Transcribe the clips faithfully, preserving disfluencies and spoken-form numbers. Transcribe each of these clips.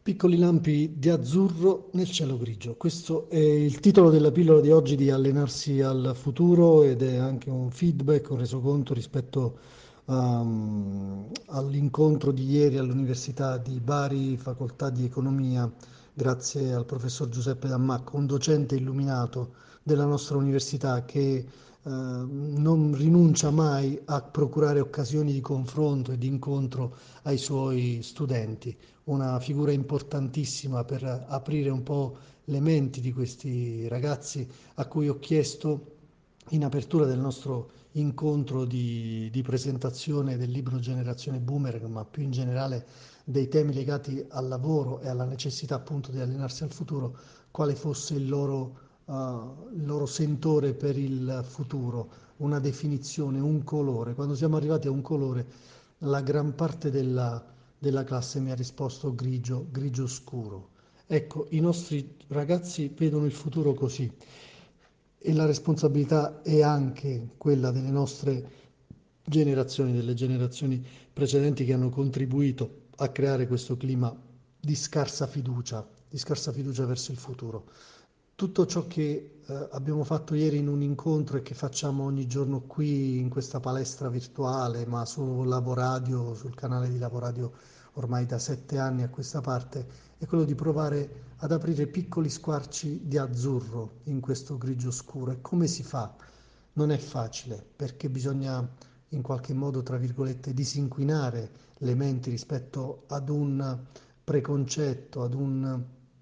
Piccoli lampi di azzurro nel cielo grigio. Questo è il titolo della pillola di oggi di Allenarsi al futuro ed è anche un feedback, un resoconto rispetto um, all'incontro di ieri all'Università di Bari, Facoltà di Economia, grazie al professor Giuseppe Dammacco, un docente illuminato della nostra università che eh, non rinuncia mai a procurare occasioni di confronto e di incontro ai suoi studenti, una figura importantissima per aprire un po' le menti di questi ragazzi a cui ho chiesto in apertura del nostro incontro di, di presentazione del libro Generazione Boomerang, ma più in generale dei temi legati al lavoro e alla necessità appunto di allenarsi al futuro, quale fosse il loro, uh, il loro sentore per il futuro, una definizione, un colore. Quando siamo arrivati a un colore, la gran parte della, della classe mi ha risposto grigio, grigio scuro. Ecco, i nostri ragazzi vedono il futuro così e la responsabilità è anche quella delle nostre generazioni, delle generazioni precedenti che hanno contribuito a creare questo clima di scarsa fiducia, di scarsa fiducia verso il futuro. Tutto ciò che eh, abbiamo fatto ieri in un incontro e che facciamo ogni giorno qui in questa palestra virtuale, ma su Lavoradio, sul canale di Lavoradio ormai da sette anni a questa parte, è quello di provare ad aprire piccoli squarci di azzurro in questo grigio scuro. E come si fa? Non è facile, perché bisogna in qualche modo, tra virgolette, disinquinare le menti rispetto ad un preconcetto, ad un,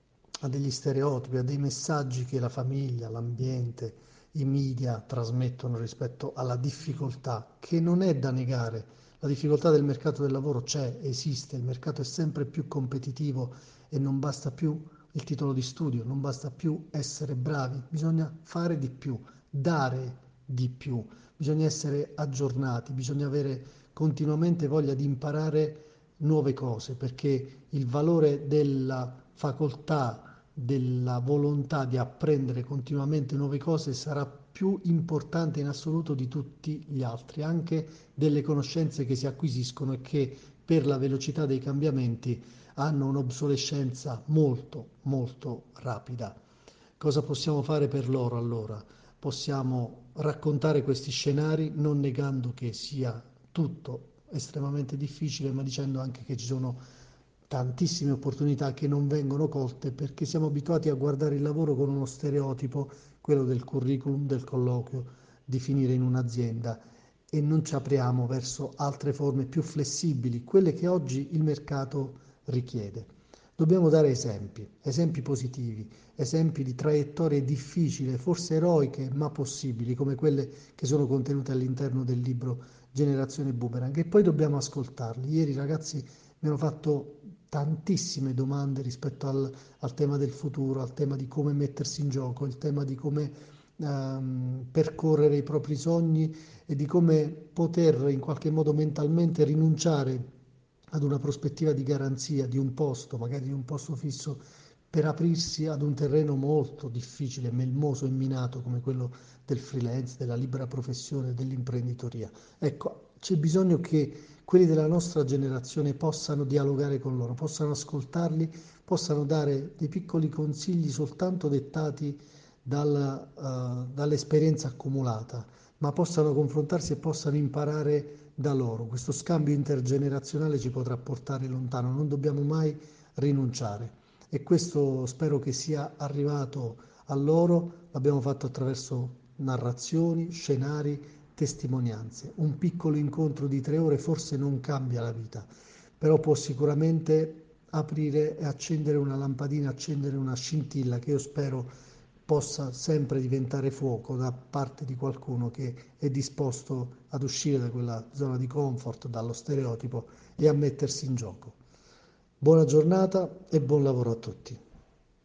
a degli stereotipi, a dei messaggi che la famiglia, l'ambiente, i media trasmettono rispetto alla difficoltà, che non è da negare. La difficoltà del mercato del lavoro c'è, esiste, il mercato è sempre più competitivo e non basta più il titolo di studio, non basta più essere bravi, bisogna fare di più, dare di più, bisogna essere aggiornati, bisogna avere continuamente voglia di imparare nuove cose, perché il valore della facoltà, della volontà di apprendere continuamente nuove cose sarà più importante in assoluto di tutti gli altri, anche delle conoscenze che si acquisiscono e che per la velocità dei cambiamenti hanno un'obsolescenza molto, molto rapida. Cosa possiamo fare per loro allora? Possiamo raccontare questi scenari non negando che sia tutto estremamente difficile, ma dicendo anche che ci sono tantissime opportunità che non vengono colte perché siamo abituati a guardare il lavoro con uno stereotipo, quello del curriculum, del colloquio, di finire in un'azienda e non ci apriamo verso altre forme più flessibili, quelle che oggi il mercato richiede. Dobbiamo dare esempi, esempi positivi, esempi di traiettorie difficili, forse eroiche, ma possibili, come quelle che sono contenute all'interno del libro Generazione Boomerang. E poi dobbiamo ascoltarli. Ieri i ragazzi mi hanno fatto tantissime domande rispetto al, al tema del futuro, al tema di come mettersi in gioco, il tema di come ehm, percorrere i propri sogni e di come poter in qualche modo mentalmente rinunciare ad una prospettiva di garanzia di un posto, magari di un posto fisso, per aprirsi ad un terreno molto difficile, melmoso e minato come quello del freelance, della libera professione, dell'imprenditoria. Ecco, c'è bisogno che quelli della nostra generazione possano dialogare con loro, possano ascoltarli, possano dare dei piccoli consigli soltanto dettati dalla, uh, dall'esperienza accumulata, ma possano confrontarsi e possano imparare da loro. Questo scambio intergenerazionale ci potrà portare lontano, non dobbiamo mai rinunciare. E questo spero che sia arrivato a loro, l'abbiamo fatto attraverso narrazioni, scenari, testimonianze. Un piccolo incontro di tre ore forse non cambia la vita, però può sicuramente aprire e accendere una lampadina, accendere una scintilla che io spero possa sempre diventare fuoco da parte di qualcuno che è disposto ad uscire da quella zona di comfort, dallo stereotipo e a mettersi in gioco. Buona giornata e buon lavoro a tutti.